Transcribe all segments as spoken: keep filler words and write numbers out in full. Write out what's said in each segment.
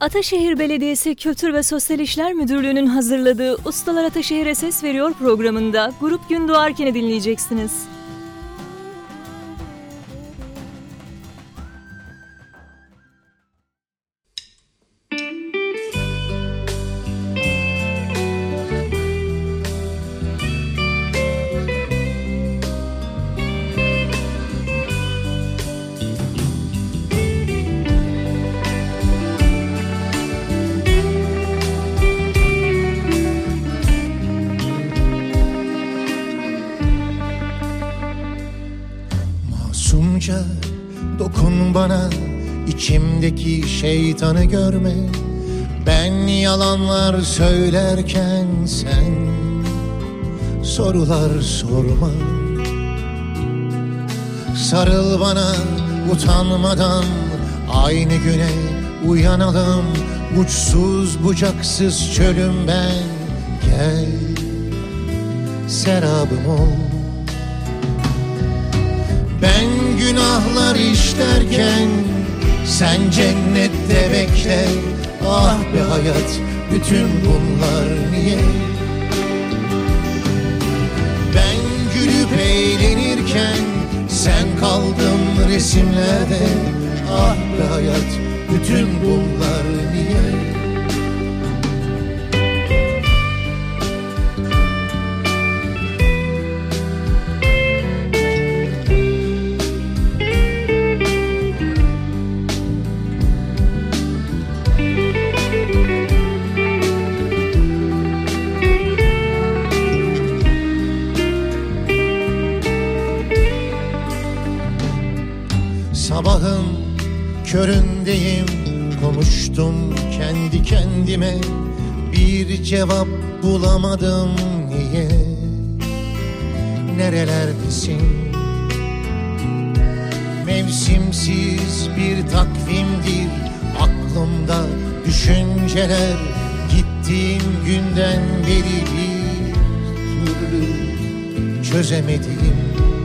Ataşehir Belediyesi Kültür ve Sosyal İşler Müdürlüğü'nün hazırladığı Ustalar Ataşehir'e Ses Veriyor programında Grup Gün Doğarken'i dinleyeceksiniz. Dokun bana, içimdeki şeytanı görme. Ben yalanlar söylerken sen sorular sorma. Sarıl bana utanmadan, aynı güne uyanalım. Uçsuz bucaksız çölüm ben, gel serabım ol. Ben günahlar işlerken sen cennette bekle. Ah be hayat, bütün bunlar niye? Ben gülüp eğlenirken sen kaldın resimlerde. Ah be hayat, bütün bunlar niye? Sabahın köründeyim, konuştum kendi kendime. Bir cevap bulamadım, niye? Nerelerdesin? Mevsimsiz bir takvimdir aklımda düşünceler. Gittiğim günden beri bir türlü çözemedim.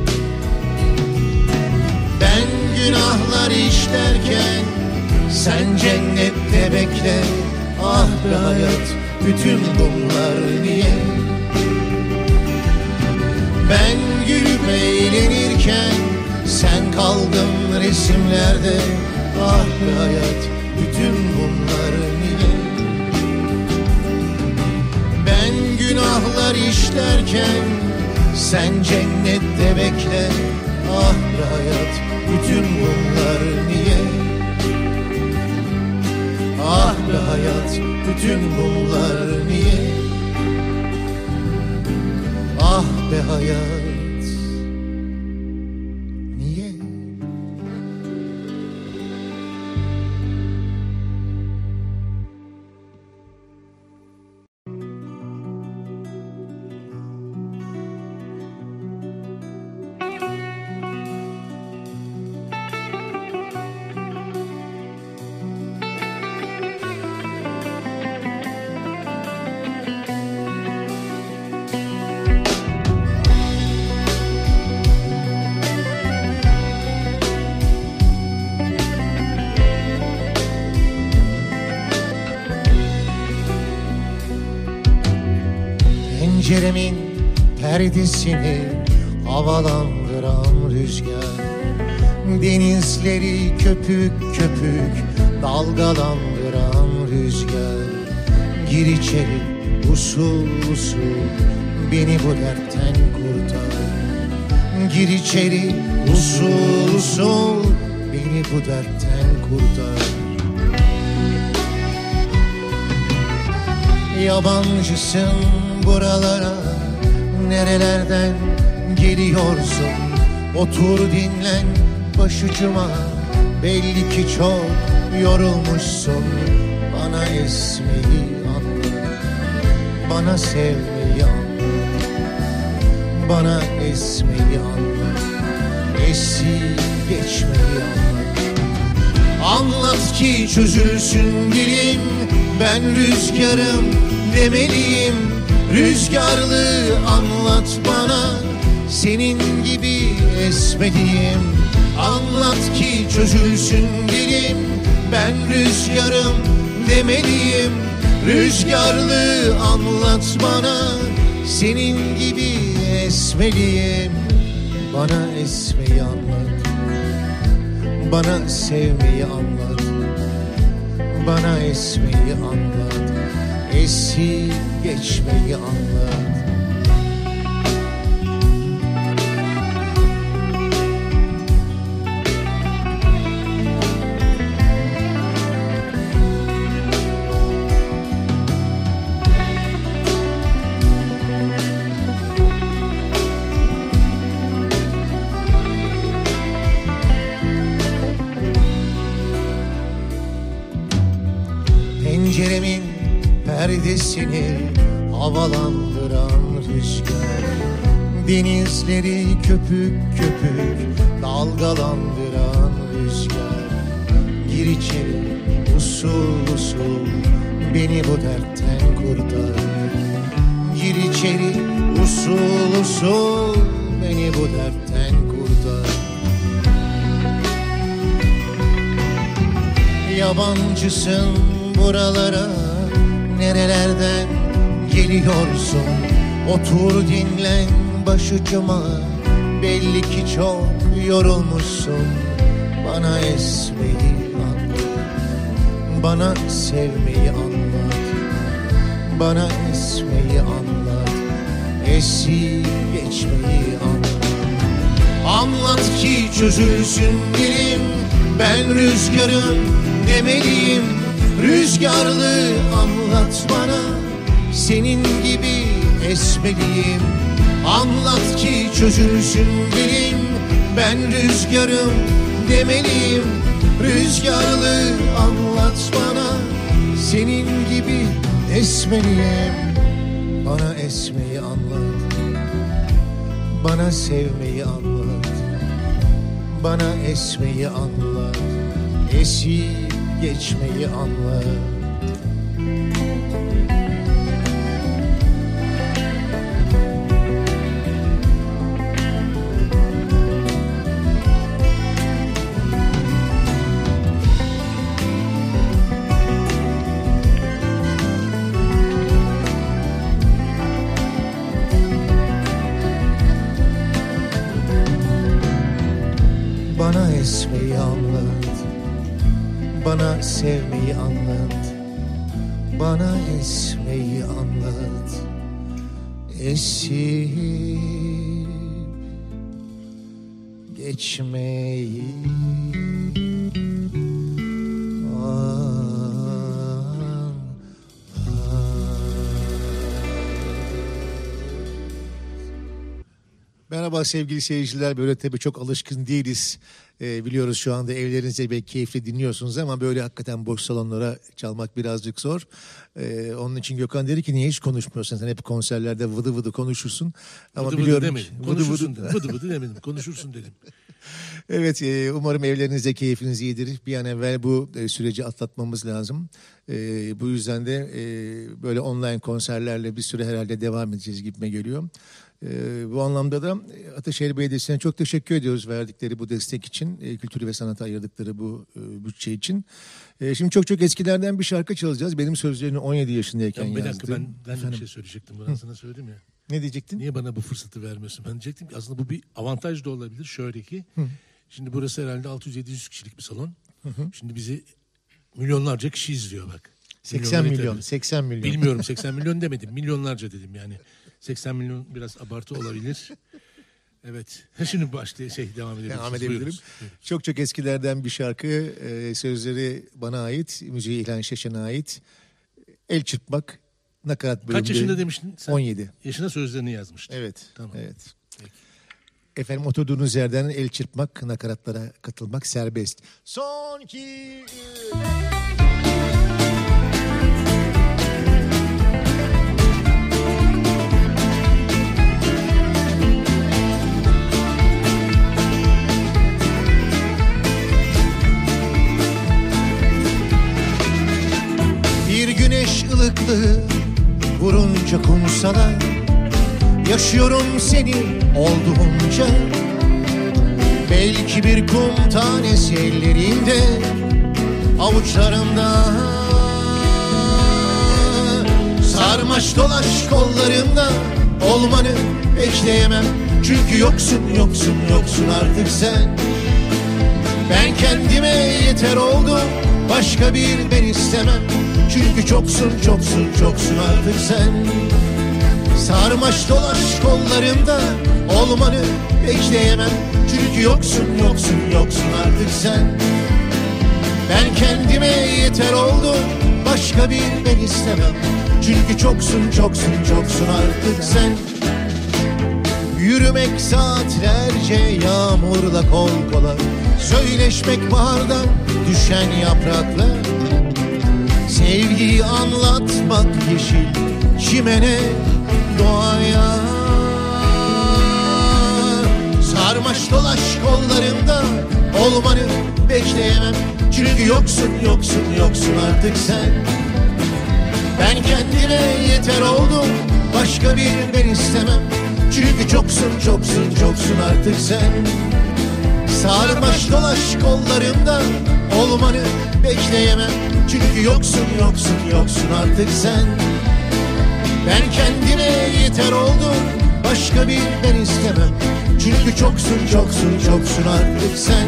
Ben günahlar işlerken sen cennette bekle. Ah be hayat, bütün bunlar niye? Ben gülüp eğlenirken sen kaldın resimlerde. Ah be hayat, bütün bunlar niye? Ben günahlar işlerken sen cennette bekle. Ah be hayat, bütün bunlar niye? Ah be hayat, bütün bunlar niye? Ah be hayat, niye? Penceremin perdesini havalandıran rüzgar, denizleri köpük köpük dalgalandıran rüzgar. Gir içeri usul usul, beni bu dertten kurtar. Gir içeri usul usul, beni bu dertten kurtar. Yabancısın buralara, nerelerden geliyorsun? Otur dinlen başucuma, belli ki çok yorulmuşsun. Bana esmeyi anlat, bana sevmeyi anlat. Bana esmeyi anlat, esip geçmeyi anlat. Anlat ki çözülsün dilim, ben rüzgarım demeliyim. Rüzgarlı anlat bana, senin gibi esmediğim. Anlat ki çözülsün dilim, ben rüzgarım demeliyim. Rüzgarlı anlat bana, senin gibi esmeliyim. Bana esmeyi anlat, bana sevmeyi anlat, bana esmeyi anlat, esip geçmeyi anlat. Penceremin perdesini havalandıran rüzgar, denizleri köpük köpük dalgalandıran rüzgar. Gir içeri usul usul, beni bu dertten kurtar. Gir içeri usul usul, beni bu dertten kurtar. Yabancısın buralara, nerelerden geliyorsun? Otur dinlen başucuma, belli ki çok yorulmuşsun. Bana esmeyi anlat, bana sevmeyi anlat, bana esmeyi anlat, esip geçmeyi anlat. Anlat ki çözülsün dilim, ben rüzgarım demeliyim. Rüzgarlı anlat bana, senin gibi esmeliyim. Anlat ki çözülsün dilim, ben rüzgarım demeliyim. Rüzgarlı anlat bana, senin gibi esmeliyim. Bana esmeyi anlat, bana sevmeyi anlat, bana esmeyi anlat, esip geçmeyi anla. Bana esmeyi anlat, bana sevmeyi anlat, bana esmeyi anlat, esip geçmeyi anlat. Merhaba sevgili seyirciler, böyle tabii çok alışkın değiliz. Ee, biliyoruz şu anda evlerinizde belki keyifli dinliyorsunuz ama böyle hakikaten boş salonlara çalmak birazcık zor. Ee, onun için Gökhan dedi ki niye hiç konuşmuyorsun? Sen hep konserlerde vıdı vıdı konuşursun. Ama vıdı biliyorum vıdı demedim. Konuşursun vıdı vıdı. Vıdı vıdı demedim. Konuşursun dedim. Evet, e, umarım evlerinizde keyfiniz iyidir. Bir an evvel bu e, süreci atlatmamız lazım. E, bu yüzden de e, böyle online konserlerle bir süre herhalde devam edeceğiz gibime geliyor. Ee, bu anlamda da Ataşehir Belediyesi'ne çok teşekkür ediyoruz verdikleri bu destek için, e, kültürü ve sanata ayırdıkları bu e, bütçe için. E, şimdi çok çok eskilerden bir şarkı çalacağız. Benim sözlerini on yedi yaşındayken yazdım. Bir dakika, ben, ben de bir şey söyleyecektim. Ben sana söyledim ya. Ne diyecektin? Niye bana bu fırsatı vermiyorsun? Ben diyecektim ki aslında bu bir avantaj da olabilir. Şöyle ki, Hı. şimdi burası herhalde altı yüz yedi yüz kişilik bir salon. Hı hı. Şimdi bizi milyonlarca kişi izliyor bak. seksen milyon, seksen milyon. Bilmiyorum, seksen milyon demedim. Milyonlarca dedim yani. seksen milyon biraz abartı olabilir. Evet. Şimdi başta şey devam edebiliriz. Devam edebilirim. Çok çok eskilerden bir şarkı. Ee, sözleri bana ait. Müziği İlhan Şeşen'e ait. El çırpmak. Nakarat bölümünde. Kaç yaşında demiştin? Sen on yedi. Yaşına sözlerini yazmıştın. Evet. Tamam. Evet. Peki. Efendim, oturduğunuz yerden el çırpmak, nakaratlara katılmak serbest. Son iki, üç. Bir güneş ılıklığı vurunca kumsala, yaşıyorum seni olduğunca. Belki bir kum tanesi ellerinde, avuçlarımda Sarmaş dolaş kollarında olmanı bekleyemem. Çünkü yoksun yoksun yoksun artık sen. Ben kendime yeter oldum, başka bir ben istemem. Çünkü çoksun çoksun çoksun artık sen. Sarmaş dolaş kollarında olmanı bekleyemem. Çünkü yoksun yoksun yoksun artık sen. Ben kendime yeter oldum, başka bir ben istemem. Çünkü çoksun çoksun çoksun artık sen. Yürümek saatlerce yağmurla kol kola, söyleşmek bahardan düşen yaprakla, sevgiyi anlatmak yeşil çimene, doğaya. Sarmaş dolaş kollarında olmanı bekleyemem. Çünkü yoksun yoksun yoksun artık sen. Ben kendime yeter oldum, başka bir ben istemem. Çünkü çoksun çoksun çoksun artık sen. Sarmaş dolaş kollarında olmanı bekleyemem. Çünkü yoksun yoksun yoksun artık sen. Ben kendime yeter oldum, başka bir ben istemem. Çünkü çoksun çoksun çoksun artık sen.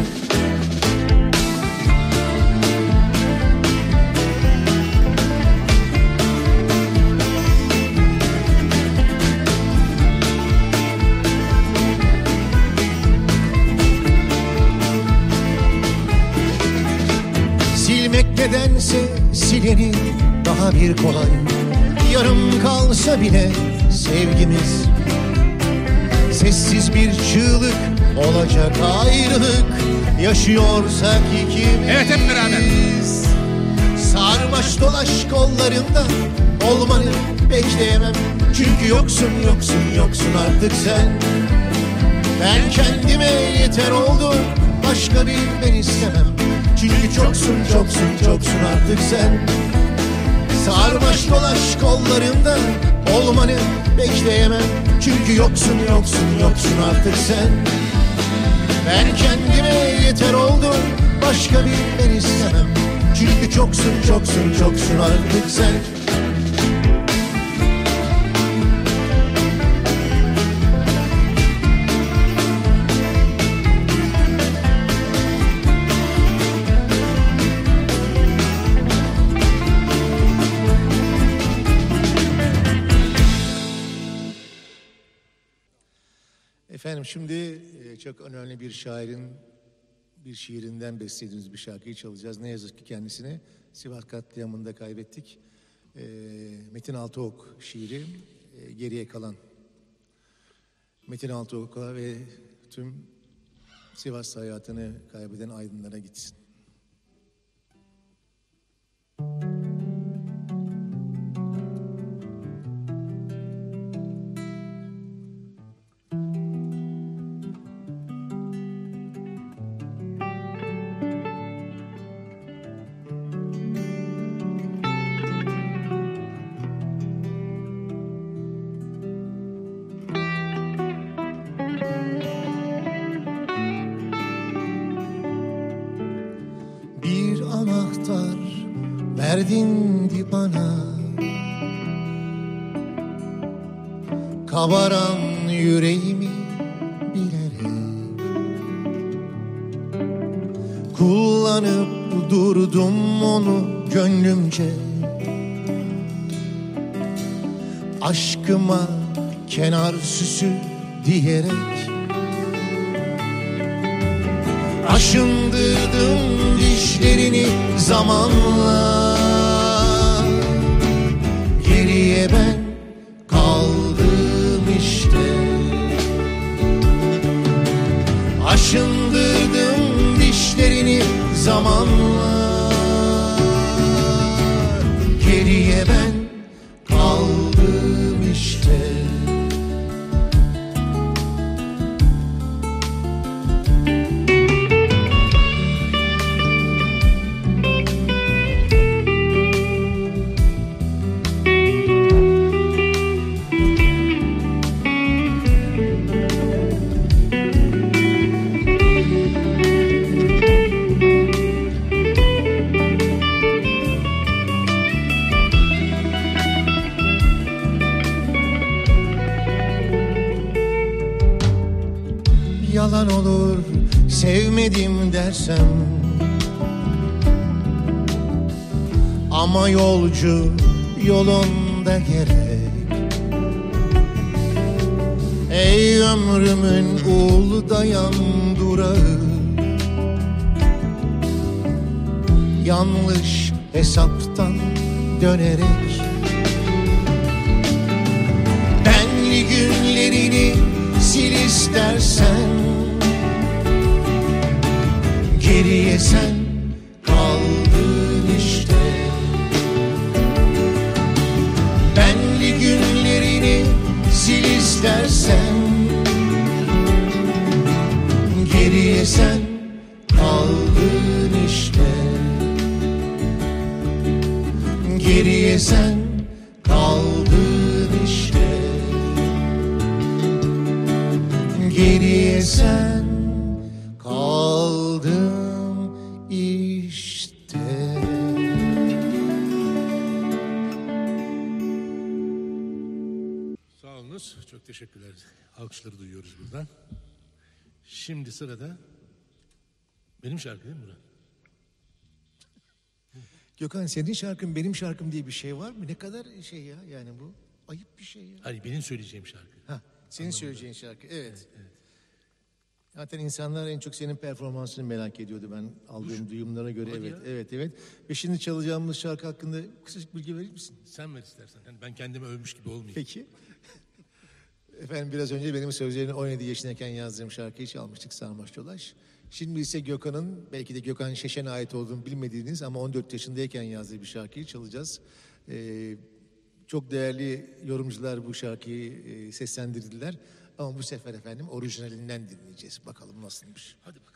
Silmek nedense sileni daha bir kolay. Yarım kalsa bile sevgimiz, sessiz bir çığlık olacak ayrılık. Yaşıyorsak ikimiz. Evet, hep beraber. Sarmaş dolaş kollarında olmanı bekleyemem. Çünkü yoksun yoksun yoksun artık sen. Ben kendime yeter oldum, başka bir ben istemem. Çünkü çoksun çoksun çoksun artık sen. Sarmaş dolaş kollarında olmanı bekleyemem. Çünkü yoksun yoksun yoksun artık sen. Ben kendime yeter oldum, başka bir ben istemem. Çünkü çoksun çoksun çoksun artık sen. Efendim şimdi çok önemli bir şairin bir şiirinden beslediğimiz bir şarkıyı çalacağız. Ne yazık ki kendisini Sivas katliamında kaybettik. Metin Altıok şiiri Geriye Kalan. Metin Altıok'a ve tüm Sivas hayatını kaybeden aydınlara gitsin. Verdindi bana kabaran yüreğimi bilerek, kullanıp durdum onu gönlümce. Aşkıma kenar süsü diyerek aşındırdım dişlerini zamanla. Geriye ben kaldım işte. Aşındırdım dişlerini zamanla. Geriye ben kaldım işte. Sevmedim dersem, ama yolcu yolunda gerek. Ey ömrümün uldayan durağı, yanlış hesaptan dönerek benli günlerini sil istersen, geriye sen kaldın işte. Benli günlerini sil istersen, geriye sen kaldın işte. Geriye sen kaldın işte. Geriye sen kaldın işte. Sağ olunuz. Çok teşekkürler. Alkışları duyuyoruz buradan. Şimdi sırada benim şarkı değil mi Murat? Gökhan, senin şarkın benim şarkım diye bir şey var mı? Ne kadar şey ya, yani bu ayıp bir şey ya. Hayır, benim söyleyeceğim şarkı. Ha, senin Anladım. söyleyeceğin şarkı, evet. evet, evet. Zaten insanlar en çok senin performansını merak ediyordu ben aldığım duyumlara göre. Hadi evet, ya. evet, evet. Ve şimdi çalacağımız şarkı hakkında kısacık bilgi verir misin? Sen ver istersen. Yani ben kendimi övmüş gibi olmayayım. Peki. Efendim, biraz önce benim sözlerini on yedi yaşındayken yazdığım şarkıyı çalmıştık, Sarmaş Dolaş. Şimdi ise Gökhan'ın, belki de Gökhan Şeşen'e ait olduğunu bilmediğiniz ama on dört yaşındayken yazdığı bir şarkıyı çalacağız. Ee, çok değerli yorumcular bu şarkıyı e, seslendirdiler. Ama bu sefer efendim orijinalinden dinleyeceğiz. Bakalım nasılmış. Hadi bakalım.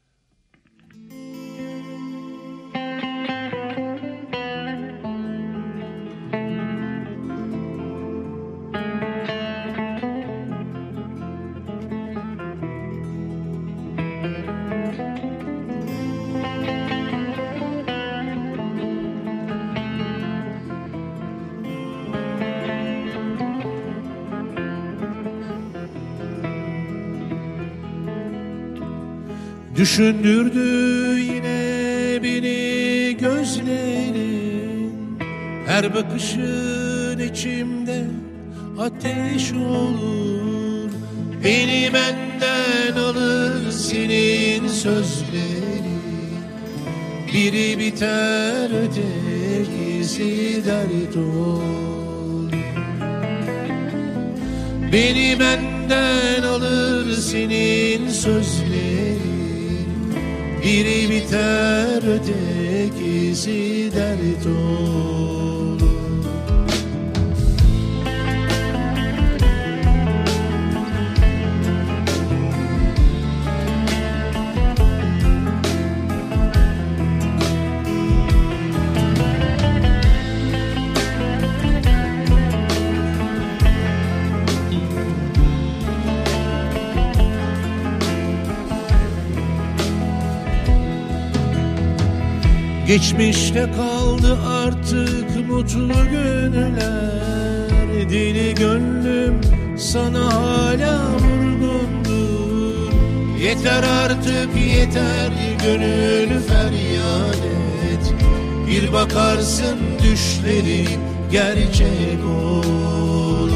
Düşündürdü yine beni gözlerin, her bakışın içimde ateş olur. Beni benden alır senin sözlerin, biri biter ötekisi dert olur. Beni benden alır senin sözlerin, biri biter ötekisi dert olur. Geçmişte kaldı artık mutlu günler, deli gönlüm sana hala vurgundur. Yeter artık yeter, gönül feryat et, bir bakarsın düşlerin gerçek olur.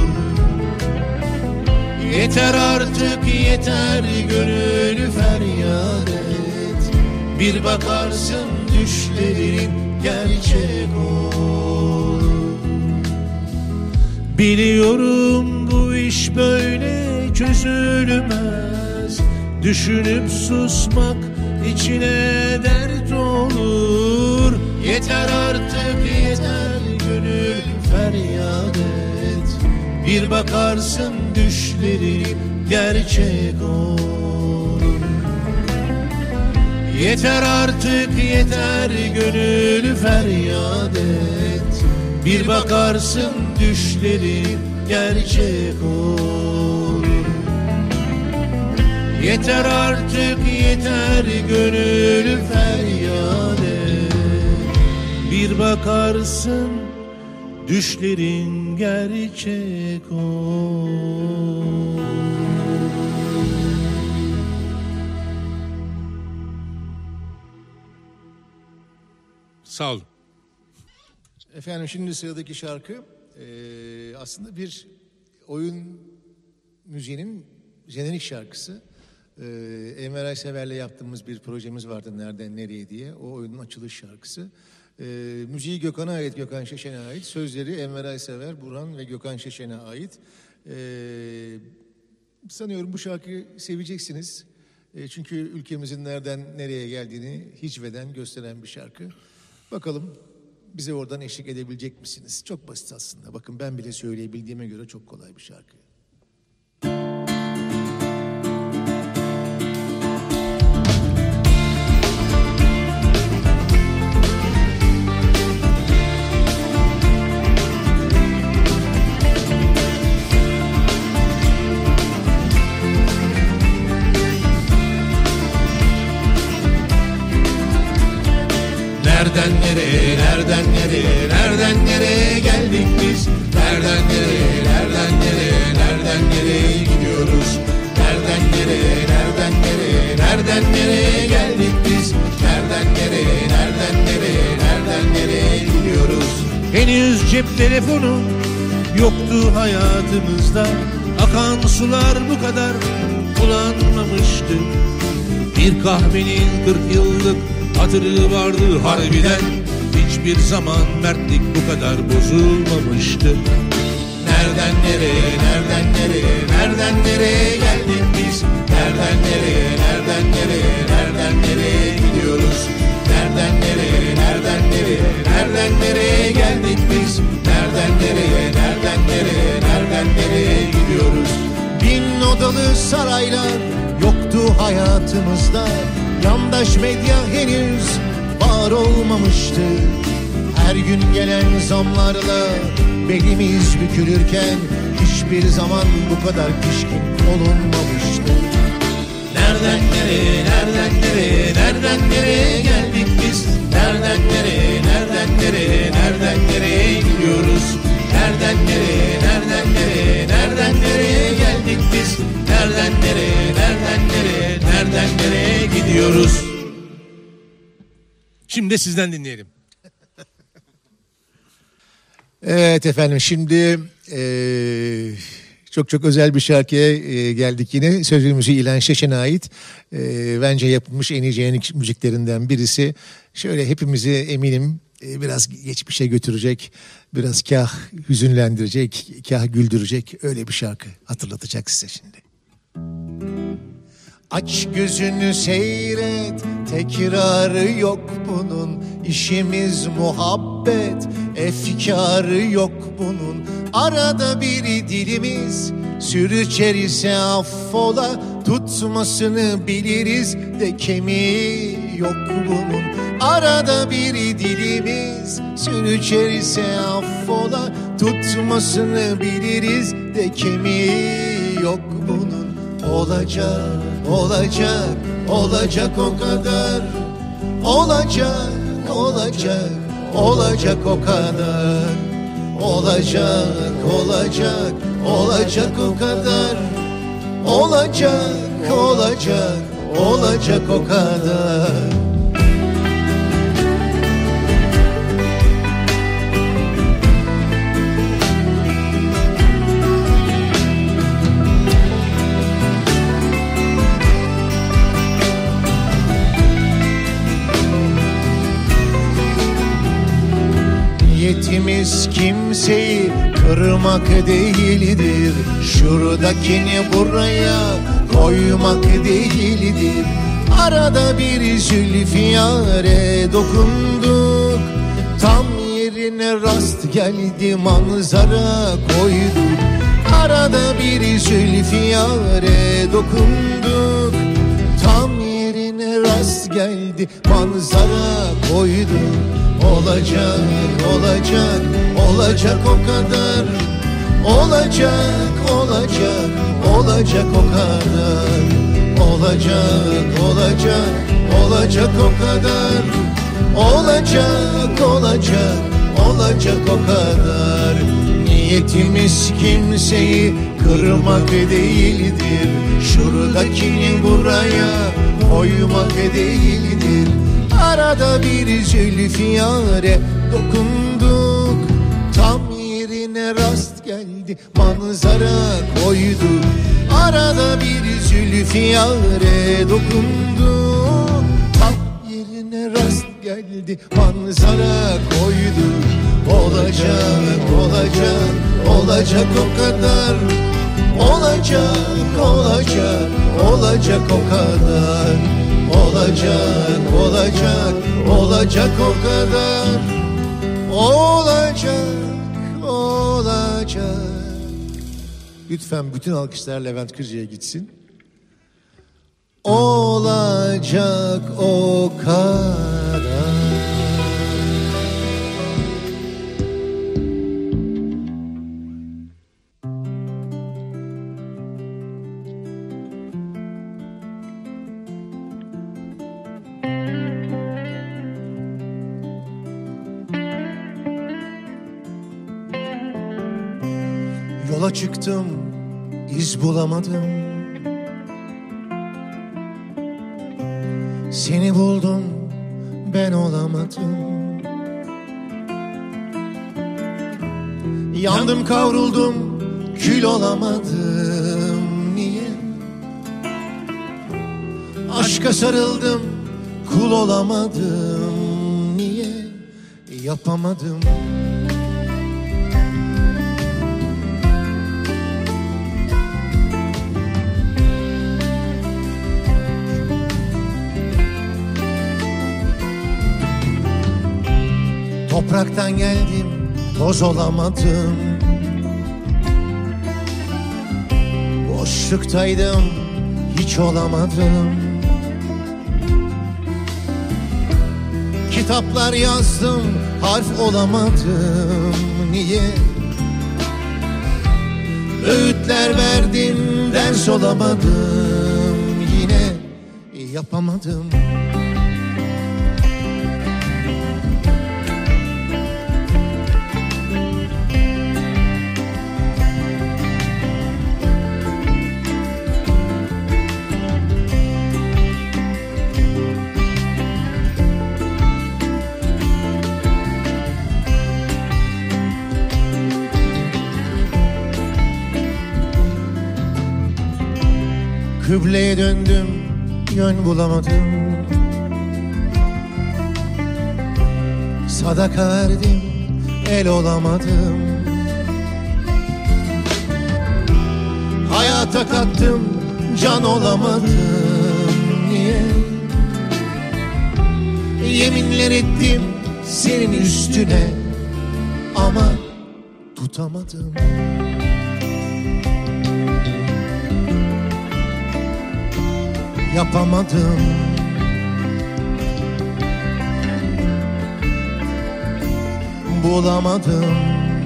Yeter artık yeter, gönül feryat et, bir bakarsın düşlerin gerçek olur. Biliyorum bu iş böyle çözülmez, düşünüp susmak içine dert olur. Yeter artık yeter, gönül feryat et, bir bakarsın düşlerin gerçek olur. Yeter artık yeter, gönül feryat et, bir bakarsın düşlerin gerçek olur. Yeter artık yeter, gönül feryat et, bir bakarsın düşlerin gerçek olur. Sağ olun. Efendim şimdi sıradaki şarkı e, aslında bir oyun müziğinin jenerik şarkısı. E, Enver Aysever'le yaptığımız bir projemiz vardı Nereden Nereye diye. O oyunun açılış şarkısı. E, müziği Gökhan'a ait, Gökhan Şeşen'e ait. Sözleri Enver Aysever, Burhan ve Gökhan Şeşen'e ait. E, sanıyorum bu şarkıyı seveceksiniz. E, çünkü ülkemizin nereden nereye geldiğini hicveden gösteren bir şarkı. Bakalım bize oradan eşlik edebilecek misiniz? Çok basit aslında. Bakın ben bile söyleyebildiğime göre çok kolay bir şarkı. Nereden nereye, nereden nereye, nereden nereye geldik biz? Nereden nereye, nereden nereye, nereden nereye gidiyoruz? Nereden nereye, nereden nereye, nereden nereye geldik biz? Nereden nereye, nereden nereye, nereden nereye gidiyoruz? Henüz cep telefonu yoktu hayatımızda. Akan sular bu kadar bulanmamıştı. Bir kahvenin kırk yıllık hatırı vardı harbiden. Hiçbir zaman mertlik bu kadar bozulmamıştı. Nereden nereye, nereden nereye, nereden nereye geldik biz? Nereden nereye, nereden nereye, nereden nereye gidiyoruz? Nereden nereye, nereden nereye, nereden nereye geldik biz? Nereden nereye, nereden nereye, nereden nereye gidiyoruz? Bin odalı saraylar yoktu hayatımızda. Yandaş medya henüz var olmamıştı. Her gün gelen zamlarla belimiz bükülürken hiçbir zaman bu kadar pişkin olunmamıştı. Nereden nereye, nereden nereye, nereden nereye geldik biz? Nereden nereye, nereden nereye, nereden nereye gidiyoruz? Nereden nereye, nereden nereye, nereden nereye geldik biz? Nereden nereye, nereden nereye, nereden nereye gidiyoruz? Şimdi de sizden dinleyelim. Evet efendim şimdi e, çok çok özel bir şarkıya e, geldik yine. Sözü müziği İlhan Şeşen'e ait. E, bence yapılmış en iyi jenerik müziklerinden birisi. Şöyle hepimizi eminim e, biraz geçmişe götürecek, biraz kah hüzünlendirecek, kah güldürecek öyle bir şarkı hatırlatacak size şimdi. Aç gözünü seyret, tekrarı yok bunun. İşimiz muhabbet, efkarı yok bunun. Arada bir dilimiz sürçerse affola, tutmasını biliriz de kemiği yok bunun. Arada bir dilimiz sürçerse affola, tutmasını biliriz de kemiği yok bunun. Olacak, olacak, olacak o kadar. Olacak, olacak, olacak o kadar. Olacak, olacak, olacak o kadar. Olacak, olacak, olacak o kadar. Niyetimiz kimseyi kırmak değildir. Şuradakini buraya koymak değildir. Arada bir zülfiyare dokunduk, tam yerine rast geldi manzara koyduk. Arada bir zülfiyare dokunduk, tam yerine rast geldi manzara koyduk. Olacak, olacak, olacak o kadar. Olacak, olacak, olacak o kadar. Olacak, olacak, olacak o kadar. Olacak, olacak, olacak o kadar. Niyetimiz kimseyi kırmak değildir. Şuradakini buraya koymak değildir. Ara Arada bir zülfiyare dokunduk, tam yerine rast geldi manzara koydu. Arada bir zülfiyare dokunduk, tam yerine rast geldi manzara koydu. Olacak, olacak, olacak o kadar. Olacak, olacak, olacak o kadar. Olacak, olacak, olacak o kadar. Olacak, olacak. Lütfen bütün alkışlar Levent Kırca'ya gitsin. Olacak o kadar. Yola çıktım, iz bulamadım. Seni buldum, ben olamadım. Yandım, kavruldum, kül olamadım. Niye? Aşka sarıldım, kul olamadım. Niye? Yapamadım. Topraktan geldim, toz olamadım. Boşluktaydım, hiç olamadım. Kitaplar yazdım, harf olamadım. Niye? Öğütler verdim, ders olamadım. Yine yapamadım. Kıbleye döndüm, yön bulamadım. Sadaka verdim, el olamadım. Hayata kattım, can olamadım. Niye? Yeminler ettim senin üstüne ama tutamadım. Yapamadım. Bulamadım.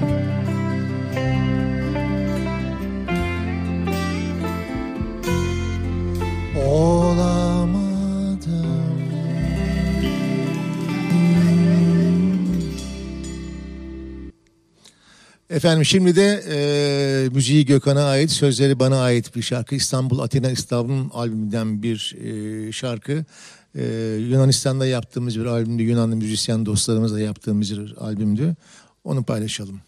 Olamadım. Efendim şimdi de e, müziği Gökhan'a ait, sözleri bana ait bir şarkı. İstanbul Atina İstanbul albümünden bir e, şarkı. E, Yunanistan'da yaptığımız bir albümdü. Yunanlı müzisyen dostlarımızla yaptığımız bir albümdü. Onu paylaşalım.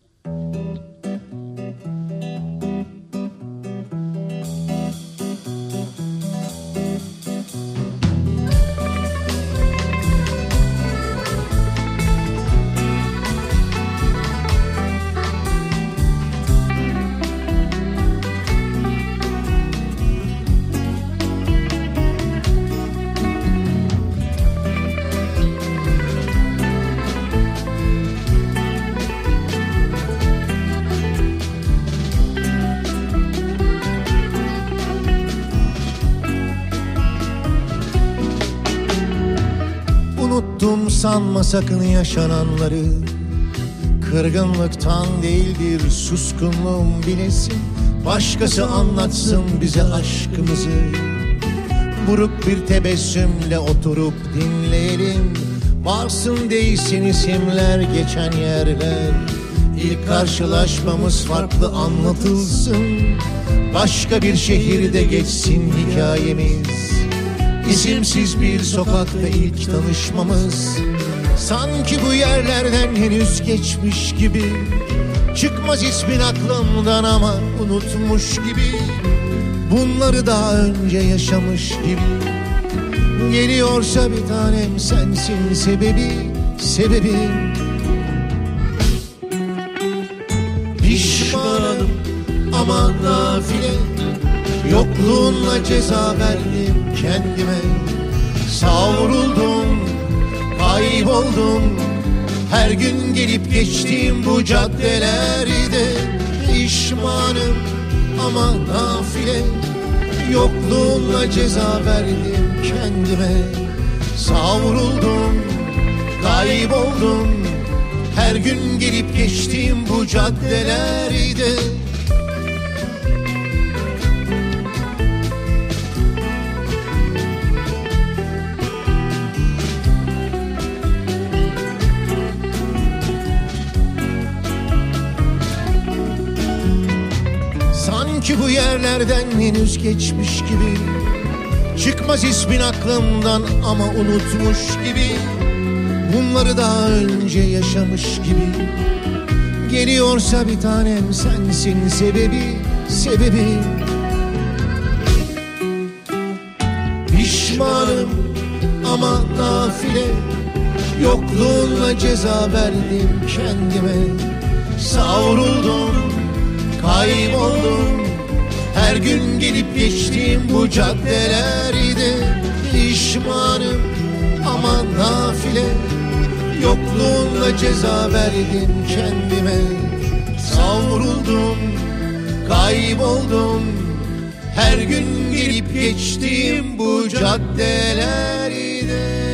Unuttum sanma sakın yaşananları. Kırgınlıktan değildir suskunluğum bilesin. Başkası anlatsın bize aşkımızı. Buruk bir tebessümle oturup dinleyelim. Varsın değilsin isimler, geçen yerler. İlk karşılaşmamız farklı anlatılsın. Başka bir şehirde geçsin hikayemiz. İsimsiz bir sokak ve ilk tanışmamız. Sanki bu yerlerden henüz geçmiş gibi. Çıkmaz ismin aklımdan ama unutmuş gibi. Bunları daha önce yaşamış gibi. Geliyorsa bir tanem sensin sebebi, sebebim. Pişmanım ama nafile, yokluğunla ceza verdim kendime. Savruldum, kayboldum, her gün gelip geçtiğim bu caddelerde. Pişmanım ama nafile, yokluğunla ceza verdim kendime. Savruldum, kayboldum, her gün gelip geçtiğim bu caddelerde. Sanki bu yerlerden henüz geçmiş gibi. Çıkmaz ismin aklımdan ama unutmuş gibi. Bunları daha önce yaşamış gibi. Geliyorsa bir tanem sensin sebebi, sebebim. Pişmanım ama nafile, yokluğunla ceza verdim kendime. Savruldum, kayboldum, her gün gelip geçtiğim bu caddelerde. Pişmanım ama nafile, yokluğunla ceza verdim kendime. Savruldum, kayboldum, her gün gelip geçtiğim bu caddelerde.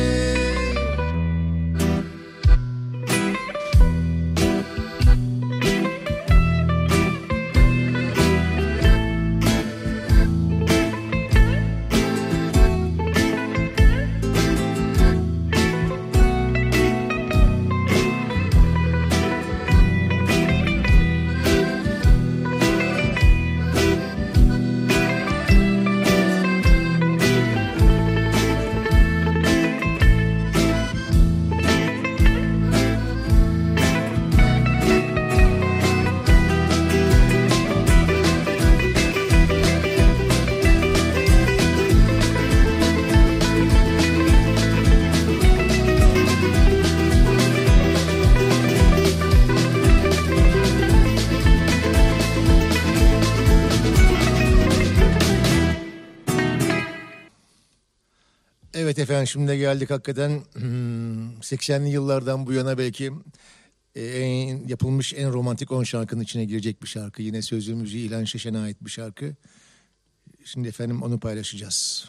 Evet efendim, şimdi de geldik hakikaten seksenli yıllardan bu yana belki en, yapılmış en romantik on şarkının içine girecek bir şarkı. Yine sözü müziği İlhan Şeşen'e ait bir şarkı. Şimdi efendim onu paylaşacağız.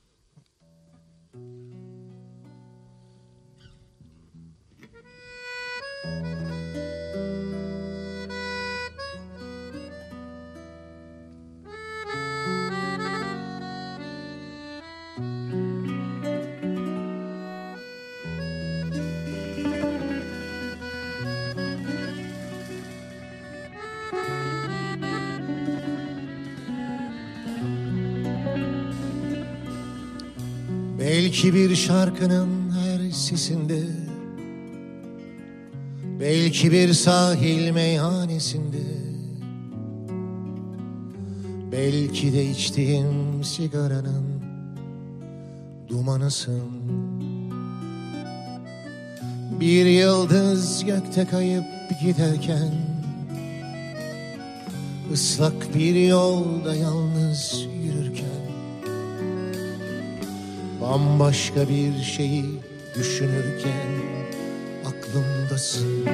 Belki bir şarkının her sesinde, belki bir sahil meyhanesinde, belki de içtiğim sigaranın dumanısın. Bir yıldız gökte kayıp giderken, ıslak bir yolda yalnız yürürken, bambaşka bir şeyi düşünürken aklımdasın.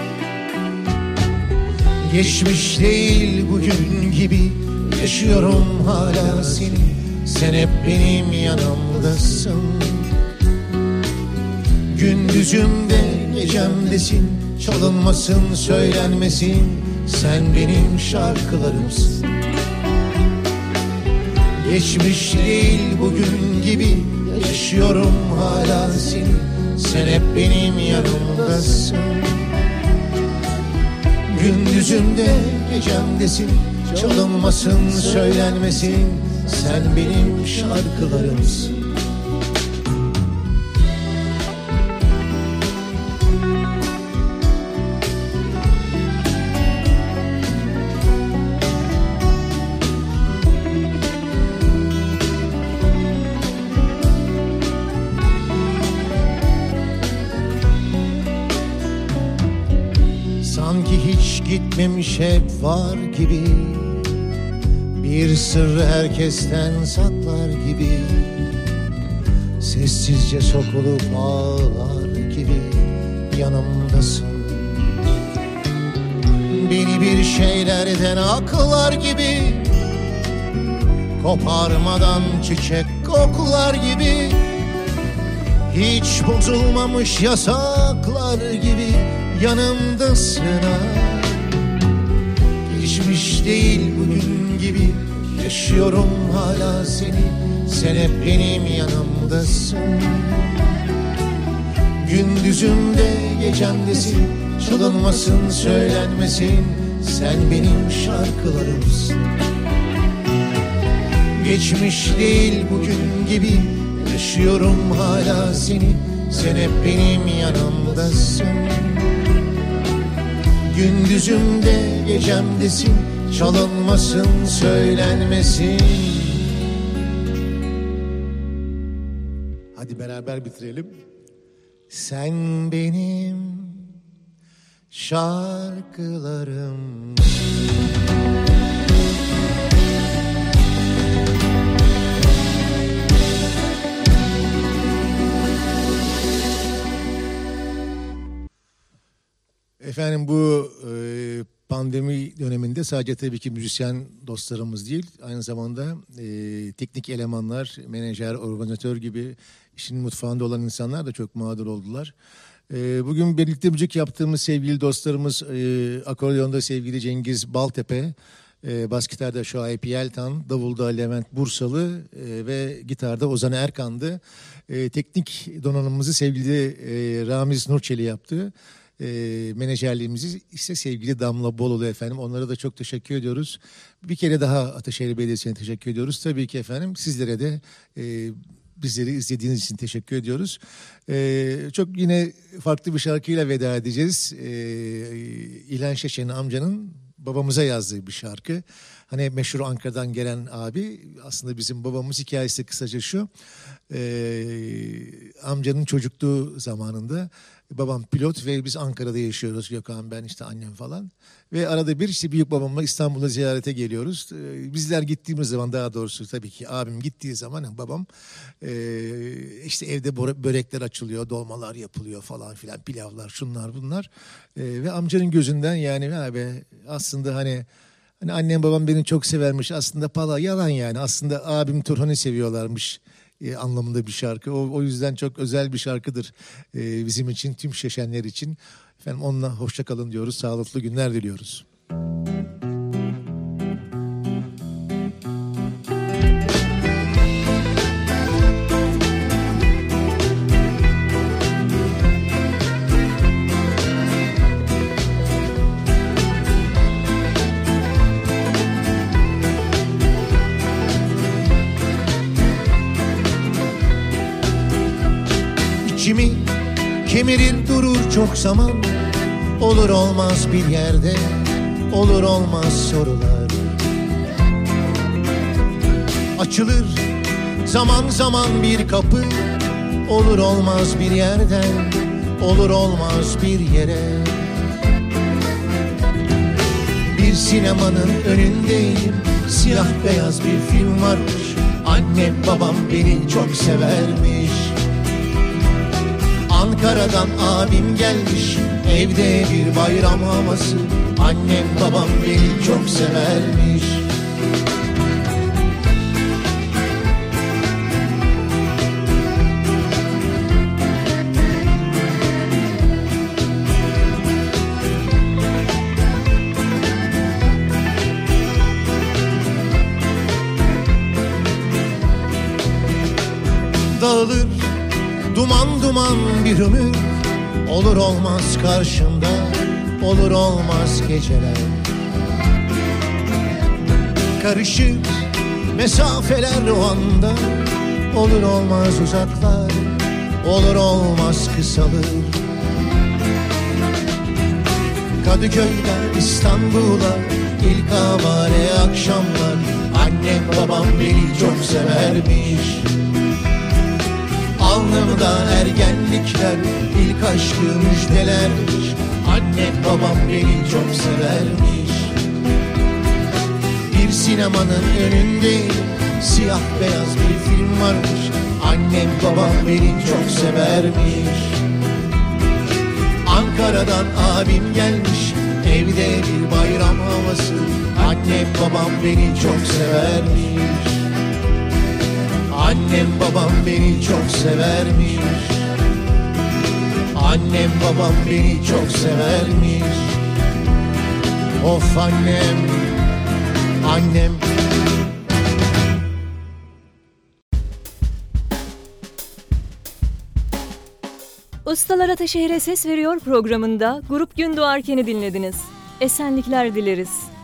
Geçmiş değil bugün gibi yaşıyorum hala seni. Sen hep benim yanımdasın. Gündüzümde gecemdesin. Çalınmasın, söylenmesin, sen benim şarkılarımsın. Geçmiş değil bugün gibi yaşıyorum hala seni. Sen hep benim yanımdasın. Gündüzümde gecemdesin. Çalınmasın, söylenmesin, sen benim şarkılarımsın. hiç gitmemiş hep var gibi. Bir sırrı herkesten saklar gibi. Sessizce sokulup ağlar gibi yanımdasın. Beni bir şeylerden aklar gibi, koparmadan çiçek koklar gibi. Hiç bozulmamış yasaklar gibi yanımdasın ha. Geçmiş değil bugün gibi, yaşıyorum hala seni. Sen hep benim yanımdasın. Gündüzümde gecemdesin, çalınmasın söylenmesin, sen benim şarkılarımsın. Geçmiş değil bugün gibi, yaşıyorum hala seni. Sen hep benim yanımdasın. Gündüzümde gecemdesin, çalınmasın söylenmesin. Hadi beraber bitirelim. Sen benim şarkılarım. Efendim bu e, pandemi döneminde sadece tabii ki müzisyen dostlarımız değil, aynı zamanda e, teknik elemanlar, menajer, organizatör gibi işin mutfağında olan insanlar da çok mağdur oldular. E, bugün birlikte müzik yaptığımız sevgili dostlarımız, e, akordeonda sevgili Cengiz Baltepe, e, bas gitarda Şuayb Yeltan, davulda Levent Bursalı e, ve gitarda Ozan Erkan'dı. E, teknik donanımımızı sevgili e, Ramiz Nurçeli yaptı. E, menajerliğimizi ise sevgili Damla Bolulu efendim. Onlara da çok teşekkür ediyoruz. Bir kere daha Ataşehir Belediyesi'ne teşekkür ediyoruz. Tabii ki efendim sizlere de e, bizleri izlediğiniz için teşekkür ediyoruz. E, çok yine farklı bir şarkıyla veda edeceğiz. E, İlhan Şeşen amcanın babamıza yazdığı bir şarkı. Hani meşhur Ankara'dan gelen abi, aslında bizim babamız. Hikayesi kısaca şu. Ee, amcanın çocukluğu zamanında babam pilot ve biz Ankara'da yaşıyoruz. Gökhan, ben, işte annem falan. Ve arada bir işte büyük babamla İstanbul'a ziyarete geliyoruz. Ee, bizler gittiğimiz zaman, daha doğrusu tabii ki abim gittiği zaman babam e, işte evde börekler açılıyor, dolmalar yapılıyor falan filan, pilavlar, şunlar bunlar. E, ve amcanın gözünden yani abi aslında hani Hani annem babam beni çok severmiş. Aslında pala yalan yani. Aslında abim Turhan'ı seviyorlarmış e, anlamında bir şarkı. O, o yüzden çok özel bir şarkıdır e, bizim için, tüm Şeşenler için. Efendim onunla hoşça kalın diyoruz. Sağlıklı günler diliyoruz. İçimi kemirir durur çok zaman, olur olmaz bir yerde, olur olmaz sorular. Açılır zaman zaman bir kapı, olur olmaz bir yerden, olur olmaz bir yere. Bir sinemanın önündeyim, siyah beyaz bir film varmış. Annem babam beni çok severmiş. Ankara'dan abim gelmiş, evde bir bayram havası. Annem babam beni çok severmiş. Dağılır duman duman bir ömür, olur olmaz karşımda, olur olmaz geceler. Karışır mesafeler o anda, olur olmaz uzaklar, olur olmaz kısalır. Kadıköy'den İstanbul'a ilk havale akşamlar. Annem babam beni çok severmiş. Alnımda ergenlikler, ilk aşkı müjdelermiş. Annem babam beni çok severmiş. Bir sinemanın önünde siyah beyaz bir film varmış. Annem babam beni çok severmiş. Ankara'dan abim gelmiş, evde bir bayram havası. Annem babam beni çok severmiş. Annem babam beni çok severmiş. Annem babam beni çok severmiş. Of annem, annem. Ustalar Ataşehir'e Ses Veriyor programında Grup Gün Doğarken'i dinlediniz. Esenlikler dileriz.